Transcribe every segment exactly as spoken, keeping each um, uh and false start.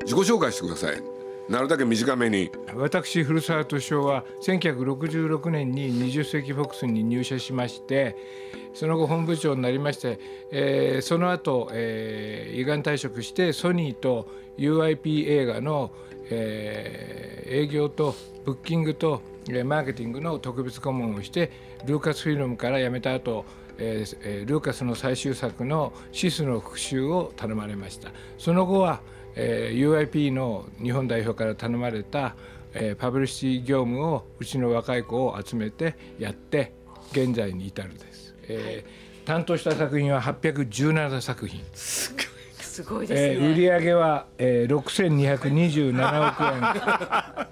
自己紹介してください。なるだけ短めに。 私古澤敏夫はせんきゅうひゃくろくじゅうろくねんににじゅっ世紀フォックスに入社しまして、その後本部長になりまして、えー、その後、えー、依願退職してソニーと ユーアイピー 映画の、えー、営業とブッキングとマーケティングの特別顧問をして、ルーカスフィルムから辞めた後、えー、ルーカスの最終作のシスの復習を頼まれました。その後は、えー、ユーアイピー の日本代表から頼まれた、えー、パブリシティ業務をうちの若い子を集めてやって現在に至るです。えー、担当した作品ははっぴゃくじゅうななさくひん。 すごいですね。 えー、売上は、えー、ろくせんにひゃくにじゅうななおくえん、はい、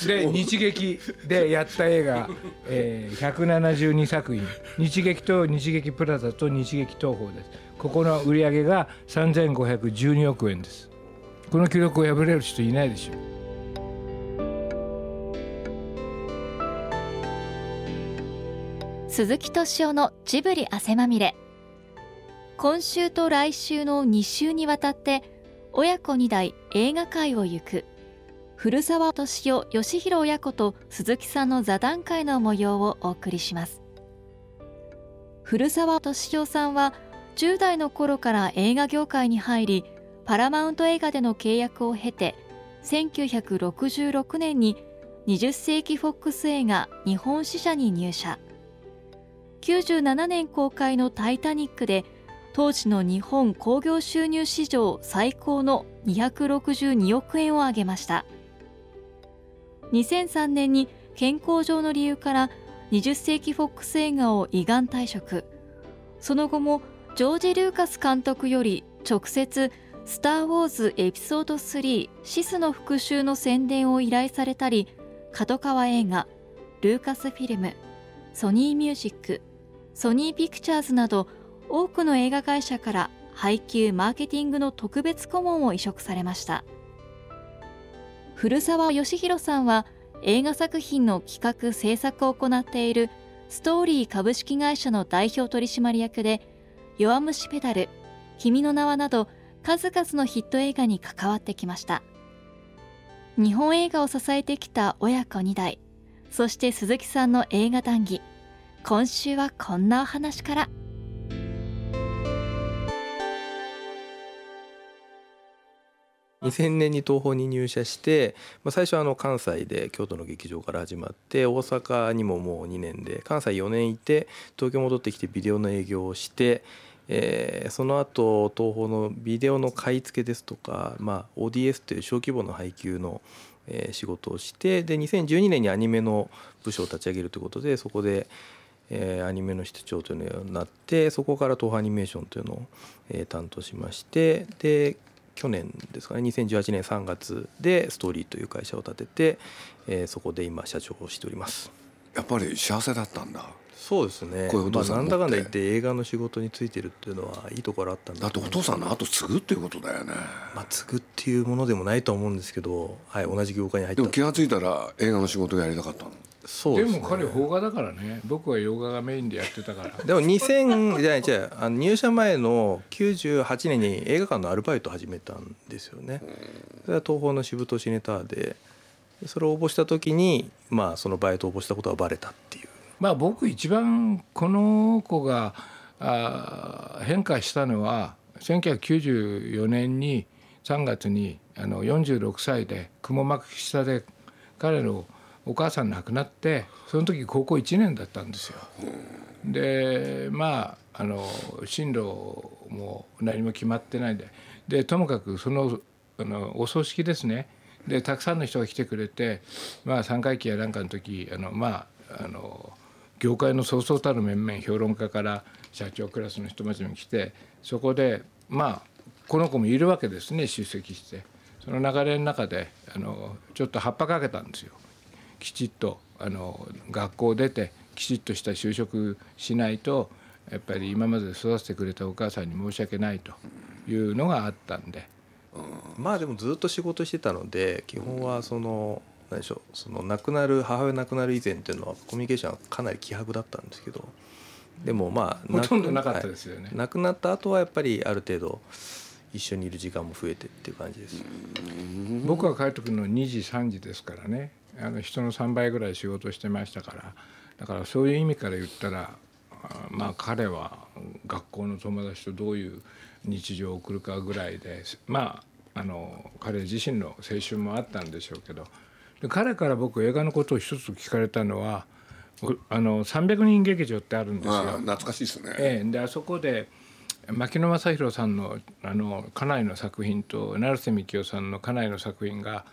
で日劇でやった映画、えー、ひゃくななじゅうにさくひん、日劇と日劇プラザと日劇東宝です。ここの売上がさんぜんごひゃくじゅうにおくえんです。この記録を破れる人いないでしょう。 鈴木敏夫のジブリ汗まみれ。今週と来週のに週にわたって親子に代映画界を行く古澤敏夫義弘親子と鈴木さんの座談会の模様をお送りします。古澤敏夫さんはじゅう代の頃から映画業界に入り、パラマウント映画での契約を経てせんきゅうひゃくろくじゅうろくねんににじゅっ世紀フォックス映画日本支社に入社。きゅうじゅうななねん公開のタイタニックで当時の日本興行収入史上最高のにひゃくろくじゅうにおくえんを挙げました。にせんさんねんに健康上の理由からにじゅっ世紀フォックス映画を依願退職。その後もジョージ・ルーカス監督より直接スター・ウォーズエピソードスリーシスの復讐の宣伝を依頼されたり、角川映画、ルーカスフィルム、ソニーミュージック、ソニーピクチャーズなど多くの映画会社から配給・マーケティングの特別顧問を委嘱されました。古澤義弘さんは映画作品の企画・制作を行っているストーリー株式会社の代表取締役で、弱虫ペダル、君の名はなど数々のヒット映画に関わってきました。日本映画を支えてきた親子に代、そして鈴木さんの映画談義。今週はこんなお話から。 にせんねんに東宝に入社して、まあ、最初はあの関西で京都の劇場から始まって、大阪にももうにねんで、関西よねんいて東京戻ってきてビデオの営業をして、えー、その後東宝のビデオの買い付けですとか、まあ、オーディーエス という小規模の配給の、えー、仕事をして、でにせんじゅうにねんにアニメの部署を立ち上げるということで、そこでえー、アニメの室長というのになって、そこから東宝アニメーションというのを、えー、担当しまして、で去年ですかね、にせんじゅうはちねんさんがつでストーリーという会社を立てて、えー、そこで今社長をしております。 やっぱり幸せだったんだ。 そうですね。 こういうお父さんまあ、なんだかんだ言って映画の仕事についてるっていうのはいいところあったんだ。 だってお父さんの後継ぐっていうことだよね。 まあ、継ぐっていうものでもないと思うんですけど、はい、同じ業界に入った。 でも気がついたら映画の仕事をやりたかったの。 そうですね。 でも彼邦画だからね。僕は洋画がメインでやってたから。 でもにせんじゃない違うあの入社前のきゅうじゅうはちねんに映画館のアルバイトを始めたんですよね。それは東宝のしぶとシネターで、それを応募した時に、まあ、そのバイトを応募したことがバレたっていう。 まあ僕一番この子があ変化したのはせんきゅうひゃくきゅうじゅうよねんにさんがつにあのよんじゅうろくさいでくも膜下で彼のお母さん亡くなって、その時高校いちねんだったんですよ。でまああの進路も何も決まってないんで、でともかくそのあのお葬式ですね。でたくさんの人が来てくれて、まあ三回忌やなんかの時あのまああの業界のそうそうたる面々、評論家から社長クラスの人たちも来て、そこでまあこの子もいるわけですね、出席して。その流れの中であのちょっと葉っぱかけたんですよ。きちっとあの学校を出てきちっとした就職しないと、やっぱり今まで育ててくれたお母さんに申し訳ないというのがあったんで、 うん、まあでもずっと仕事してたので、基本はその何でしょう、その亡くなる母親亡くなる以前っていうのはコミュニケーションはかなり希薄だったんですけど、でもまあほとんどなかったですよね。 はい、亡くなった後はやっぱりある程度一緒にいる時間も増えてっていう感じです。 僕が帰ってくるのにじさんじですからね、あの人のさんばいぐらい仕事してましたから、だからそういう意味から言ったら、まあ彼は学校の友達とどういう日常を送るかぐらいで、まああの彼自身の青春もあったんでしょうけど、で彼から僕映画のことを一つ聞かれたのは、あのさんびゃくにん劇場ってあるんですよ。 ああ懐かしいですね。 ええ、であそこで牧野正弘さんのあの家内の作品と成瀬幹雄さんの家内の作品が、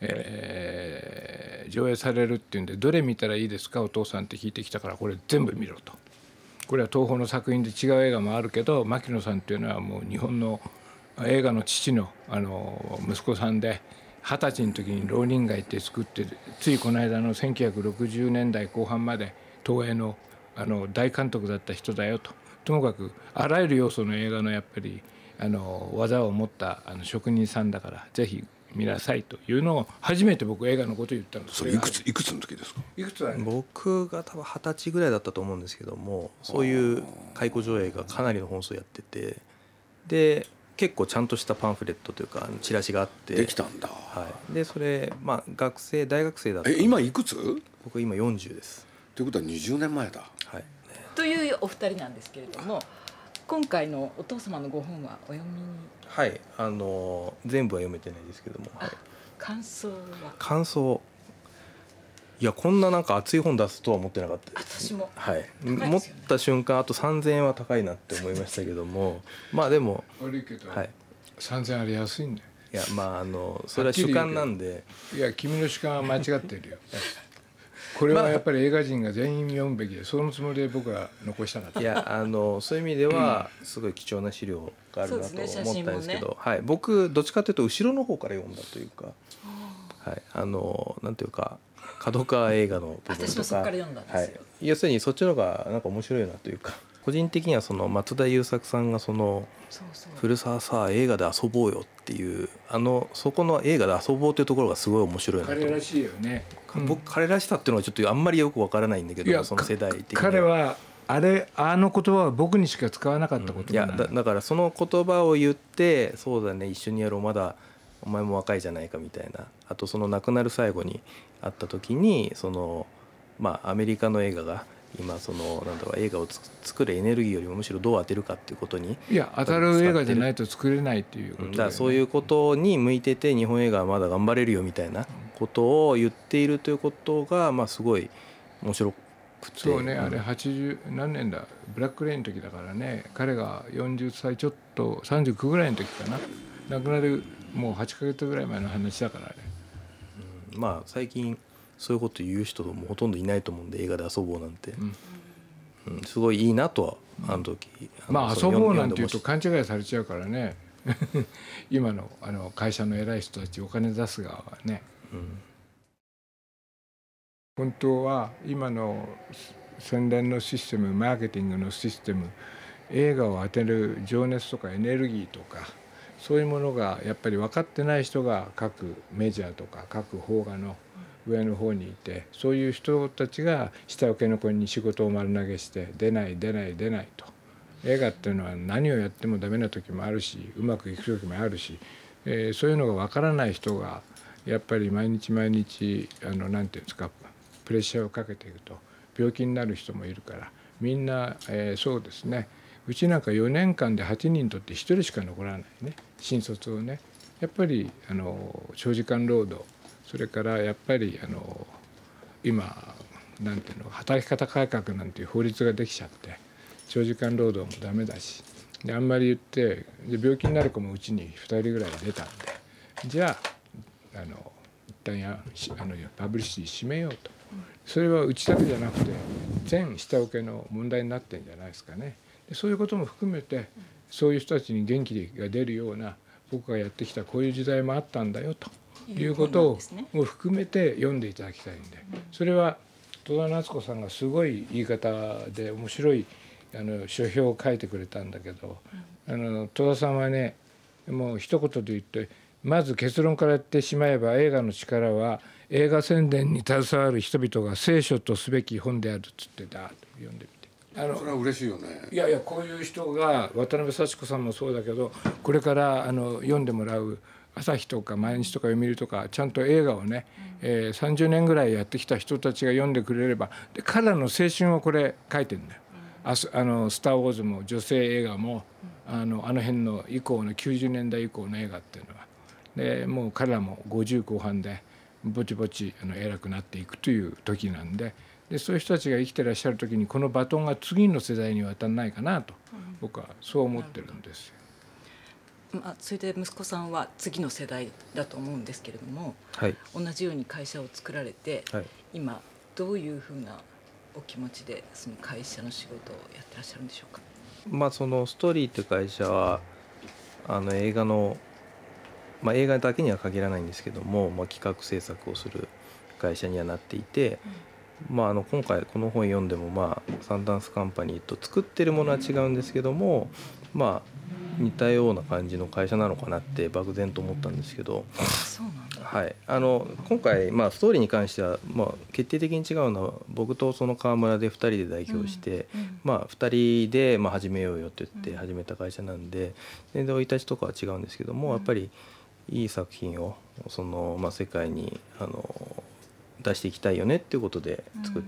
えー、上映されるっていうんで、どれ見たらいいですかお父さんって聞いてきたから、これ全部見ろと。これは東宝の作品で違う映画もあるけど、牧野さんっていうのはもう日本の映画の父の、あの息子さんで、二十歳の時に浪人街って作って、ついこの間のせんきゅうひゃくろくじゅうねんだいこう半まで東映の、あの大監督だった人だよと。ともかくあらゆる要素の映画のやっぱりあの技を持ったあの職人さんだから、ぜひ見なさいというのを初めて僕映画のことを言ったんです。 それいくついくつの時ですか？ いくつだね。 僕が多分二十歳ぐらいだったと思うんですけども、そういう回顧上映がかなりの本数やってて、で結構ちゃんとしたパンフレットというかチラシがあってできたんだ。 はい、でそれまあ学生大学生だったえ今いくつ？ 僕今よんじゅうです。 ということはにじゅうねんまえだ。 はい。 というお二人なんですけれども、今回のお父様のご本はお読みに。 はい、あの全部は読めてないですけども、はい、 感想は？ 感想、いやこんななんか熱い本出すとは思ってなかったです。 私も、 はい、 高いですよね。 持った瞬間あとさんぜんえんは高いなって思いましたけどもまあでも悪いけど、 はい、 さんぜんえんあれ安いんだよ。 いやまああのそれは主観なんで、 いや君の主観は間違ってるよ。これはやっぱり映画人が全員読むべきで、そのつもりで僕は残したかった。 いやあのそういう意味ではすごい貴重な資料があるなと思ったんですけど、ねはい、僕どっちかというと後ろの方から読んだというか、はい、あのなんていうか角川映画の部分とか、 私もそこから読んだんですよ、 はい、要するにそっちの方がなんか面白いなというか、個人的にはその松田優作さんがそのそうそう古澤さあ映画で遊ぼうよっていうあのそこの映画で遊ぼうというところがすごい面白いなと。 彼らしいよね。 僕彼らしさっていうのはちょっとあんまりよくわからないんだけど、その世代的に彼はあれあの言葉は僕にしか使わなかった言葉いや だ, だからその言葉を言って、そうだね一緒にやろう、まだお前も若いじゃないかみたいな、あとその亡くなる最後に会った時にそのまあアメリカの映画が今そのなんだろう映画を作るエネルギーよりもむしろどう当てるかっていうことに、 いや当たる映画じゃないと作れないっていうことだよね。 だからそういうことに向いてて、日本映画はまだ頑張れるよみたいなことを言っているということがまあすごい面白くて、 そうね、あれはちじゅう何年だ、ブラックレインの時だからね、彼がよんじゅっさいちょっとさんじゅうきゅうぐらいの時かな、亡くなるもうはちかげつぐらい前の話だからね、 うん、まあ最近そういうこと言う人もほとんどいないと思うんで、映画で遊ぼうなんて、うんうん、すごいいいなとはあの時、 うん、まあ遊ぼうなんて言うと勘違いされちゃうからね今のあの会社の偉い人たちお金出す側はね、うん、本当は今の宣伝のシステム、マーケティングのシステム、映画を当てる情熱とかエネルギーとかそういうものがやっぱり分かってない人が各メジャーとか各邦画の上の方にいて、そういう人たちが下請けの子に仕事を丸投げして出ない出ない出ないと。映画っていうのは何をやってもダメな時もあるし、うまくいく時もあるし、えー、そういうのが分からない人がやっぱり毎日毎日あのなんていうんですか、プレッシャーをかけていくと病気になる人もいるから、みんな、えー、そうですね、うちなんかよねんかんではちにんとってひとりしか残らないね、新卒をね。やっぱりあの長時間労働、それからやっぱりあの今なんていうの働き方改革なんていう法律ができちゃって、長時間労働もダメだし、であんまり言ってで病気になる子もうちにふたりぐらい出たんで、じゃああの一旦やあのパブリシティ閉めようと。それはうちだけじゃなくて全下請けの問題になってるんじゃないですかね。でそういうことも含めて、そういう人たちに元気が出るような、僕がやってきたこういう時代もあったんだよということを含めて読んでいただきたいんで、それは戸田夏子さんがすごい言い方で面白いあの書評を書いてくれたんだけど、あの戸田さんはね、もう一言で言って、まず結論から言ってしまえば、映画の力は映画宣伝に携わる人々が聖書とすべき本であるっつってだと読んでみて。 あのそれは嬉しいよね。 いやいや、こういう人が渡辺幸子さんもそうだけど、これからあの読んでもらう朝日とか毎日とか読売とかちゃんと映画をね、えー、さんじゅうねんぐらいやってきた人たちが読んでくれれば、で彼らの青春をこれ書いてるんだよ。ああのスター・ウォーズも女性映画もあのあの辺の以降のきゅうじゅうねんだい以降の映画っていうのはで、もう彼らもごじゅう後半でぼちぼちあの偉くなっていくという時なんで、でそういう人たちが生きてらっしゃる時にこのバトンが次の世代に渡らないかなと、僕はそう思ってるんですよ。 まあ、それで息子さんは次の世代だと思うんですけれども、 はい、 同じように会社を作られて、 はい、 今どういうふうなお気持ちでその会社の仕事をやってらっしゃるんでしょうか。 まあ、そのストーリーって会社はあの映画の、まあ、映画だけには限らないんですけども、まあ、企画制作をする会社にはなっていて、うん、まあ、あの今回この本読んでも、まあ、サンダンスカンパニーと作ってるものは違うんですけども、まあ似たような感じの会社なのかなって漠然と思ったんですけど、 そうなんだ。 はい、あの今回、まあ、ストーリーに関しては、まあ、決定的に違うのは僕とその川村でふたりで代表して、うんうん、まあ、ふたりで、まあ、始めようよって言って始めた会社なんで、全然生い立ちとかは違うんですけども、やっぱりいい作品をその、まあ、世界にあの出していきたいよねっていうことで作って、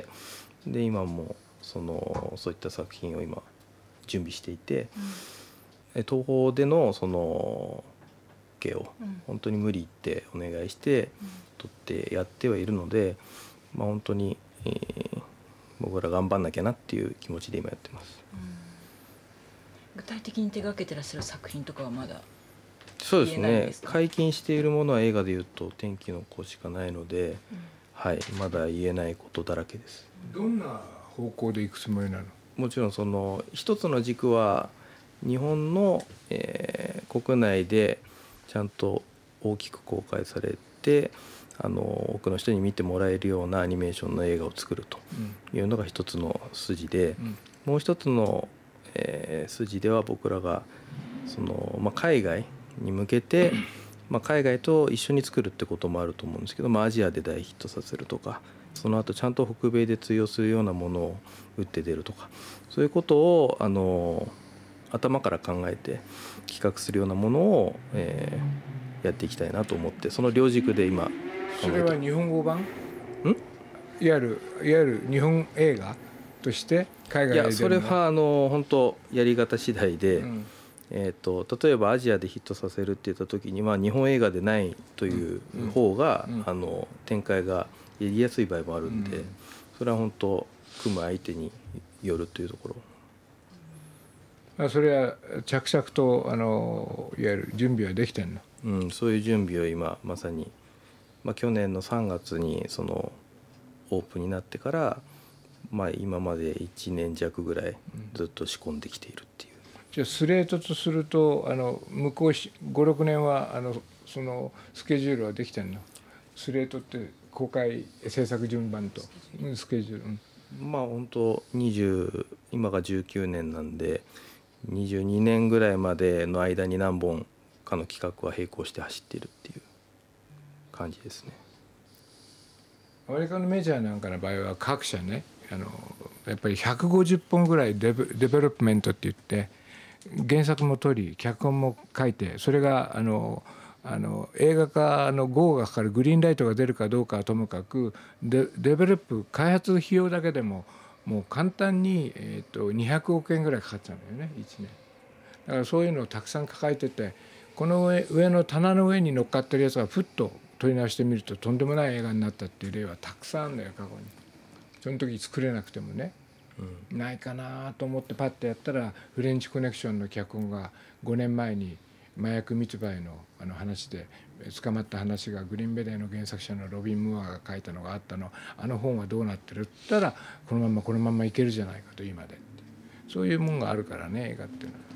うん、で今もそのそういった作品を今準備していて、うん、東宝でのそのを本当に無理ってお願いして撮ってやってはいるので、まあ、本当に、えー、僕ら頑張んなきゃなっていう気持ちで今やってます。 うん、具体的に手がけてらっしゃる作品とかはまだそうですね、解禁しているものは映画でいうと天気の子しかないので、うん、はい、まだ言えないことだらけです。 どんな方向でいくつもりなの？ もちろんその一つの軸は日本の、えー、国内でちゃんと大きく公開されて、あの多くの人に見てもらえるようなアニメーションの映画を作るというのが一つの筋で、うん、もう一つの、えー、筋では僕らがその、まあ、海外に向けて、まあ、海外と一緒に作るってこともあると思うんですけど、まあ、アジアで大ヒットさせるとか、その後ちゃんと北米で通用するようなものを打って出るとか、そういうことをあの頭から考えて企画するようなものを、えー、やっていきたいなと思って、その両軸で今考えて。 それは日本語版？ん？いわゆるいわゆる日本映画として海外で出るの？いや、 それはあの本当やり方次第で、うん、えーと、例えばアジアでヒットさせるって言った時には日本映画でないという方が、うんうん、あの展開がやりやすい場合もあるんで、うん、それは本当組む相手によるというところ。 それは着々とあのいわゆる準備はできてんの？ うん、そういう準備を今まさに、まあ、去年のさんがつにそのオープンになってから、まあ、今までいちねん弱ぐらいずっと仕込んできているっていう。 じゃあスレートとするとあの向こうごろくねんはあのそのスケジュールはできてんの？スレートって公開制作順番とスケジュール、 うん、まあ本当にじゅう今がじゅうきゅうねんなんでにじゅうにねんぐらいまでの間に何本かの企画は並行して走っているっていう感じですね。 アメリカのメジャーなんかの場合は各社ね、あのやっぱりひゃくごじゅっぽんぐらいデベ、デベロップメントって言って原作も取り脚本も書いて、それがあのあの映画化の号がかかるグリーンライトが出るかどうかはともかく デ, デベロップ開発費用だけでももう簡単に、えー、とにひゃくおくえんぐらいかかっちゃうんだよね、いちねん。だからそういうのをたくさん抱えてて、この 上, 上の棚の上に乗っかってるやつがふっと取り直してみるととんでもない映画になったっていう例はたくさんあるんだよ、過去に。その時作れなくてもね、うん、ないかなと思ってパッとやったらフレンチコネクションの脚本がごねんまえに麻薬密売 の, あの話で捕まった話がグリーンベレーの原作者のロビン・ムーアが書いたのがあったの、あの本はどうなってるって言ったらこのままこのままいけるじゃないかと今でって、そういうもんがあるからね、映画っていうのは。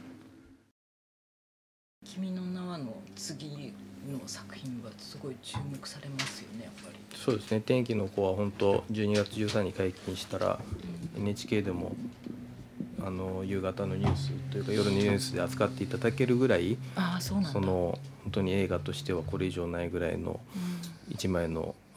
君の名はの次の作品はすごい注目されますよね、やっぱり。 そうですね、天気の子は本当じゅうにがつじゅうさんにち解禁したら、うん、エヌエイチケー でもあの夕方のニュースというか夜のニュースで扱っていただけるぐらい、 ああ、そうなんだ。 その本当に映画としてはこれ以上ないぐらいの一枚の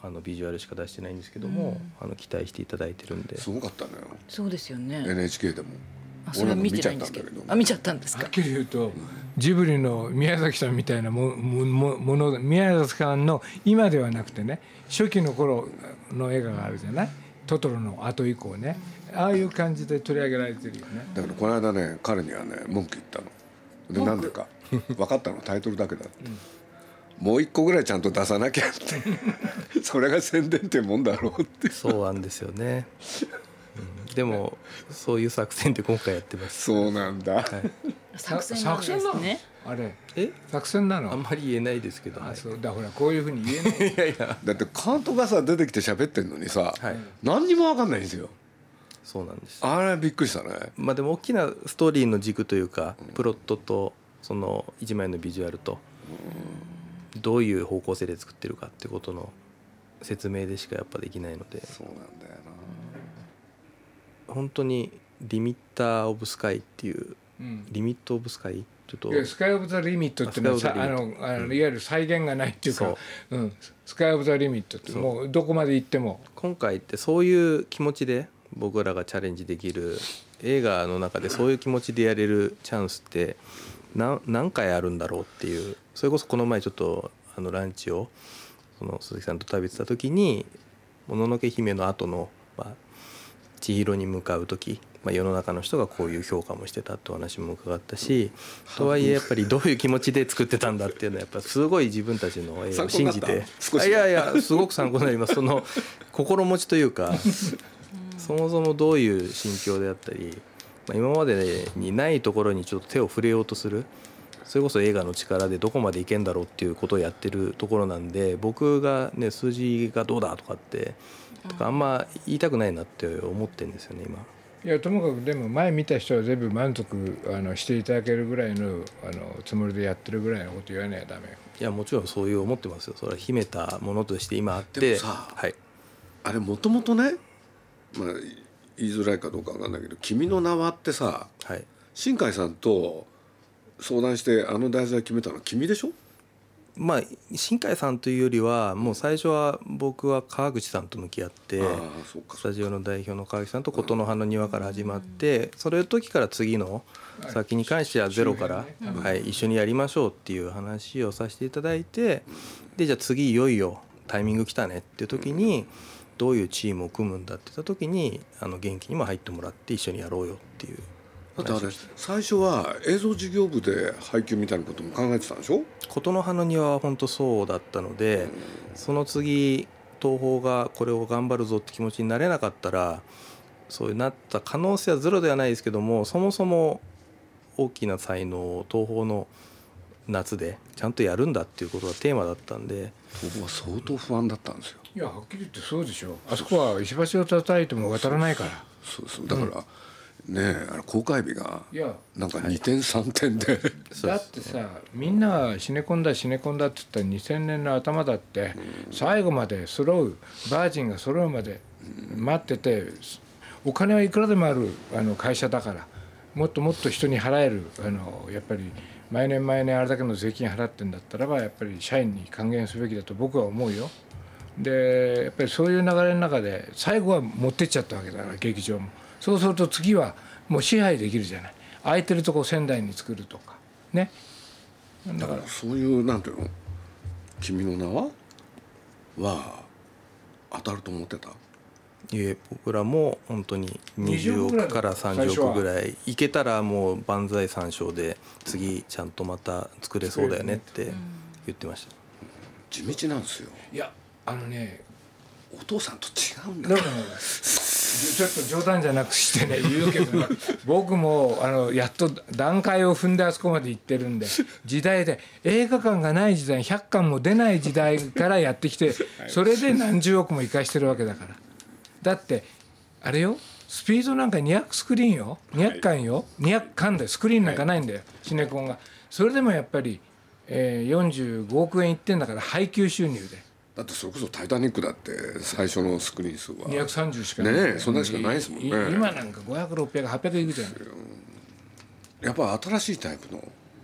あのビジュアルしか出してないんですけども、あの期待していただいてるんで。 すごかったね。 そうですよね。 エヌエイチケー でも。 あ、それは見てないんですけど。あ、見ちゃったんですか。 はっきり言うと、ジブリの宮崎さんみたいなもももの宮崎さんの今ではなくてね、初期の頃の映画があるじゃない、トトロの後以降ね、ああいう感じで取り上げられてるよね。 だからこの間ね、彼にはね文句言ったので、なんでか分かったの、タイトルだけだって、うん、もう一個ぐらいちゃんと出さなきゃってそれが宣伝ってもんだろうって。 そうなんですよね、うん、でもそういう作戦で今回やってます。 そうなんだ、はい、 作戦なんですね。 あれえ作戦なの。 あんまり言えないですけど、 あ、 はい、 そうだ、ほらこういうふうに言えないいやいや、 だって監督がさ出てきて喋ってんのにさ、 はい、 何にも分かんないんですよ。 そうなんです。 あれびっくりしたね。 まあでも大きなストーリーの軸というか、プロットとその一枚のビジュアルとどういう方向性で作ってるかってことの説明でしかやっぱできないので。 そうなんだよな。 本当にリミッターオブスカイっていう、うん、リミットオブスカイちょっとスカイオブザリミットってのはあのあのいわゆる再現がないっていうか、うん、スカイオブザリミットってもうどこまで行っても。 今回ってそういう気持ちで僕らがチャレンジできる、映画の中でそういう気持ちでやれるチャンスって何, 何回あるんだろうっていう。それこそこの前ちょっとあのランチをその鈴木さんと食べてた時に、もののけ姫の後の、まあ、千尋に向かう時、まあ、世の中の人がこういう評価もしてたってお話も伺ったし、とはいえやっぱりどういう気持ちで作ってたんだっていうのはやっぱすごい自分たちの映画を信じて、いやいやすごく参考になります。その心持ちというかそもそもどういう心境であったり、まあ、今までにないところにちょっと手を触れようとする、それこそ映画の力でどこまでいけんだろうっていうことをやってるところなんで、僕がね数字がどうだとかってとかあんま言いたくないなって思ってるんですよね今。 いやともかくでも前見た人は全部満足あのしていただけるぐらいのあのつもりでやってるぐらいのこと言わないとダメよ。 いやもちろんそういう思ってますよ。それは秘めたものとして今あって。 でもさ、 はい、 あれもともとね、まあ、言いづらいかどうかわかんないけど「君の名は」ってさ、はい、新海さんと相談してあの題材決めたのは君でしょ。 まあ新海さんというよりはもう最初は僕は川口さんと向き合って、スタジオの代表の川口さんと琴の葉の庭から始まって、それの時から次の先に関してはゼロから、はい、一緒にやりましょうっていう話をさせていただいて、でじゃあ次いよいよタイミング来たねっていう時にどういうチームを組むんだって言った時に、あの元気にも入ってもらって一緒にやろうよっていう。 だってあれ最初は映像事業部で配給みたいなことも考えてたんでしょ。 琴の葉の庭は本当そうだったので、その次東宝がこれを頑張るぞって気持ちになれなかったら、そうなった可能性はゼロではないですけども、そもそも大きな才能を東宝の夏でちゃんとやるんだっていうことがテーマだったんで、 東宝は相当不安だったんですよ。 いやはっきり言ってそうでしょ。あそこは石橋を叩いても渡らないから。 そうそうだから、うんねえ、あれ公開日がなんかにてんさんてんで、 だってさ、みんながシネコンだシネコンだって言ったらにせんねんの頭だって、最後まで揃うバージンが揃うまで待ってて、お金はいくらでもあるあの会社だから、もっともっと人に払える、あのやっぱり毎年毎年あれだけの税金払ってんだったらば、やっぱり社員に還元すべきだと僕は思うよ。でやっぱりそういう流れの中で最後は持ってっちゃったわけだから、劇場も。そうすると次はもう支配できるじゃない。空いてるとこ仙台に作るとかね。 だからそういうなんていうの、君の名はは当たると思ってた。 いえ、僕らも本当ににじゅうおくからさんじゅうおくぐらいいけたらもう万歳三唱で次ちゃんとまた作れそうだよねって言ってました。 地道なんですよ。 いやあのね、 お父さんと違うんだから。ちょっと冗談じゃなくしてね言うけど、ね、僕もあのやっと段階を踏んであそこまで行ってるんで、時代で映画館がない時代、ひゃっかんも出ない時代からやってきて、それで何十億も生かしてるわけだから。だってあれよ、スピードなんかにひゃくスクリーンよ、にひゃくかんよ、にひゃくかんでスクリーンなんかないんだよ、シネコンが。それでもやっぱり、えー、よんじゅうごおくえんいってんだから、配給収入で。だってそれこそタイタニックだって最初のスクリーン数はにひゃくさんじゅうしかない、 ねえ、そんなしかないですもんね。 今なんかごひゃく、ろっぴゃく、はっぴゃくいくじゃない。 やっぱ新しいタイプの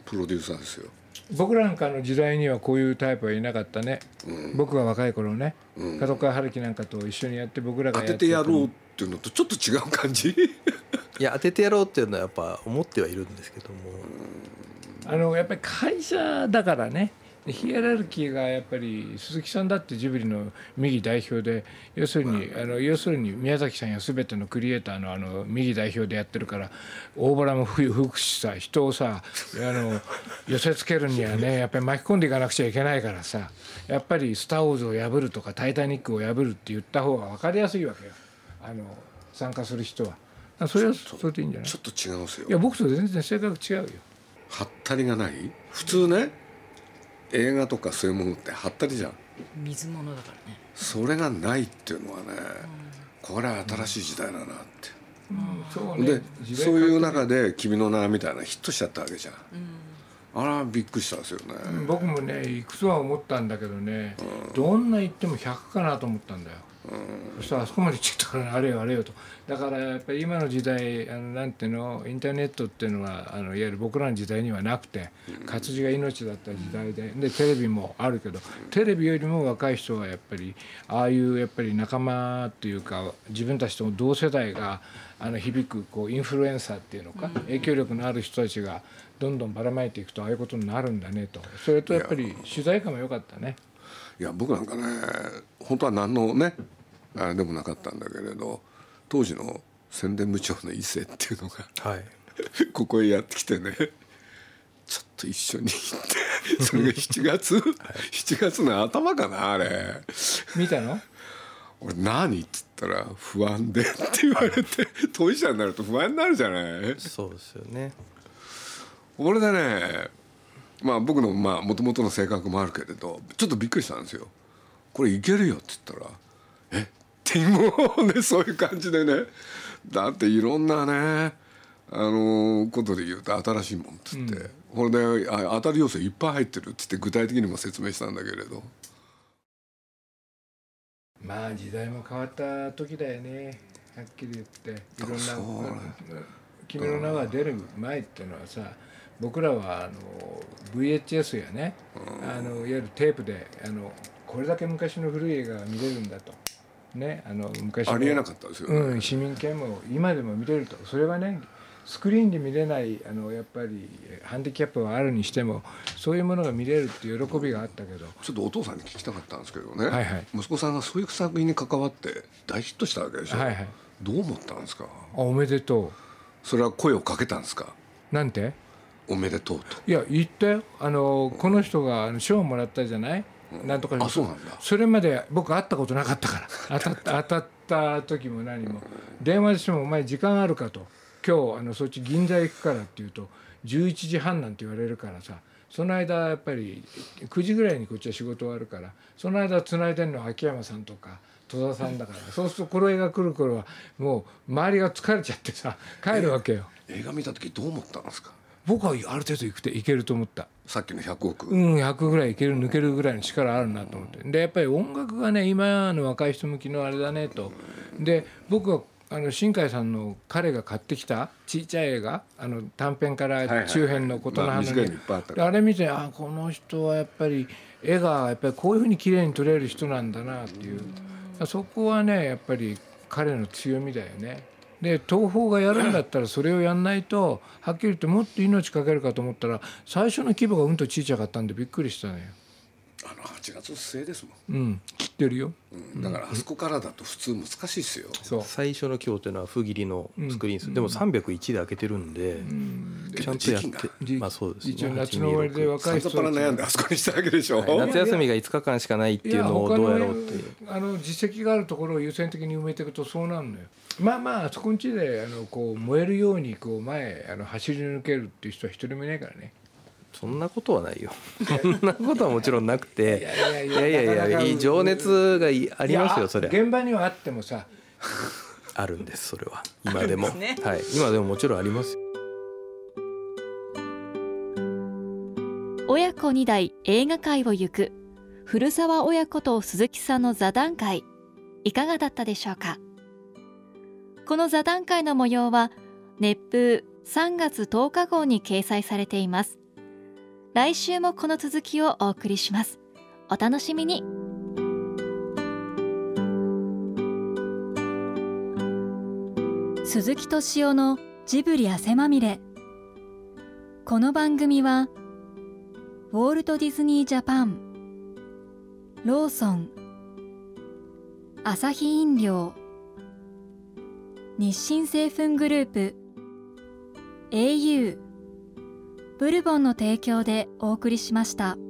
プロデューサーですよ。 僕らなんかの時代にはこういうタイプはいなかったね、うん、僕が若い頃ね、うん、角川春樹なんかと一緒にやって僕らがやって当ててやろうっていうのとちょっと違う感じいや当ててやろうっていうのはやっぱ思ってはいるんですけども、 あのやっぱり会社だからね、ヒエラルキーがやっぱり鈴木さんだってジブリの右代表で、要するにあの要するに宮崎さんや全てのクリエイターのあの右代表でやってるから、大ボラも吹くしさ、人をさあの寄せつけるにはねやっぱり巻き込んでいかなくちゃいけないからさ、やっぱり「スター・ウォーズ」を破るとか「タイタニック」を破るって言った方が分かりやすいわけよ、あの参加する人は。それはそれでいいんじゃない？ ちょっと違うんですよ。 いや僕と全然性格違うよ。 はったりがない。普通ね、映画とかそういうものってはったりじゃん。 水物だからね。 それがないっていうのはね、うん、これは新しい時代だなって、うんうんそうね、でそういう中で「君の名」みたいなヒットしちゃったわけじゃん、うん、あらびっくりしたんですよね、 うん、僕もねいくつは思ったんだけどね、うん、どんな言ってもひゃくかなと思ったんだよ、うん、そしたらあそこまでちょっとからあれよあれよと。だからやっぱり今の時代あのなんていうのインターネットっていうのはあのいわゆる僕らの時代にはなくて、活字が命だった時代で、でテレビもあるけど、テレビよりも若い人はやっぱりああいうやっぱり仲間っていうか自分たちと同世代があの響くこうインフルエンサーっていうのか、影響力のある人たちがどんどんばらまいていくとああいうことになるんだねと。それとやっぱり取材感も良かったね。 いや僕なんかね本当は何のねあれでもなかったんだけれど、当時の宣伝部長の伊勢っていうのが、はい、ここへやってきてね、ちょっと一緒に行ってそれがしちがつ、はい、しちがつの頭かなあれ見たの？ 俺何って言ったら不安でって言われて当事者になると不安になるじゃない。 そうですよね。 俺でね、まあ僕のまあ元々の性格もあるけれどちょっとびっくりしたんですよ。これいけるよって言ったらえってもうねそういう感じでね、だっていろんなねあのことで言うと新しいもんっつって、うん、これであ当たり要素いっぱい入ってるっつって具体的にも説明したんだけれど、 まあ時代も変わった時だよね、はっきり言って。いろんな君の名が出る前っていうのはさ、僕らはあの ブイエイチエス やね、あのいわゆるテープであのこれだけ昔の古い映画が見れるんだとね、あの昔のありえなかったですよね、 うん、市民権も今でも見れると。それはねスクリーンで見れないあのやっぱりハンディキャップはあるにしてもそういうものが見れるっていう喜びがあったけど、 ちょっとお父さんに聞きたかったんですけどね、 はいはい、 息子さんがそういう作品に関わって大ヒットしたわけでしょ、はいはい、どう思ったんですか？ あおめでとう。 それは声をかけたんですか？なんておめでとうと。 いや言ったよ、あの、うん、この人が賞をもらったじゃない、うん、なんとか。 あそうなんだ。 それまで僕会ったことなかったから当たった当たった時も何も電話でしてもお前時間あるかと、今日あのそっち銀座行くからって言うとじゅういちじはんなんて言われるからさ、その間やっぱりくじぐらいにこっちは仕事終わるから、その間つないでるのは秋山さんとか戸田さんだから、そうするとこの映画来る頃はもう周りが疲れちゃってさ帰るわけよ。 映画見た時どう思ったんですか？ 僕はある程度いくていけると思った。 さっきのひゃくおく、 うんひゃくぐらいいける抜けるぐらいの力あるなと思って、でやっぱり音楽がね今の若い人向きのあれだねと。で僕はあの新海さんの彼が買ってきたちっちゃい映画、あの短編から中編のことの話であれ見て、あこの人はやっぱり絵がやっぱりこういうふうに綺麗に撮れる人なんだなっていう、そこはねやっぱり彼の強みだよね。で東宝がやるんだったらそれをやんないと、はっきり言ってもっと命かけるかと思ったら最初の規模がうんと小さかったんでびっくりしたね。 あのはちがつ末ですもん。 うん切ってるよ、 うん、だからあそこからだと普通難しいですよ、 うん、そう最初の規模というのは不切りのスクリーン数、うん、でもさんびゃくいちで開けてるんで、うん、 ちゃんとやって、 まあそうですね、一応夏の終わりで若い人たち最初から悩んであそこにしたわけでしょ、 はい、夏休みがいつかかんしかないっていうのをどうやろうっていう、 あの実績があるところを優先的に埋めていくとそうなるのよ。まあまあそこんちであのこう燃えるようにこう前あの走り抜けるっていう人は一人もいないからね。 そんなことはないよそんなことはもちろんなくて、いやいやいやいやいや情熱がありますよ。それ現場にはあってもさあるんです、それは今でも、ね、はい、今でももちろんありますよ。 親子に代映画界を行く古澤親子と鈴木さんの座談会、いかがだったでしょうか。この座談会の模様は熱風さんがつとおか号に掲載されています。 来週もこの続きをお送りします。お楽しみに。 鈴木敏夫のジブリ汗まみれ。この番組はウォルト・ディズニー・ジャパン、ローソン、アサヒ飲料、日清製粉グループ、エーユー、ブルボンの提供でお送りしました。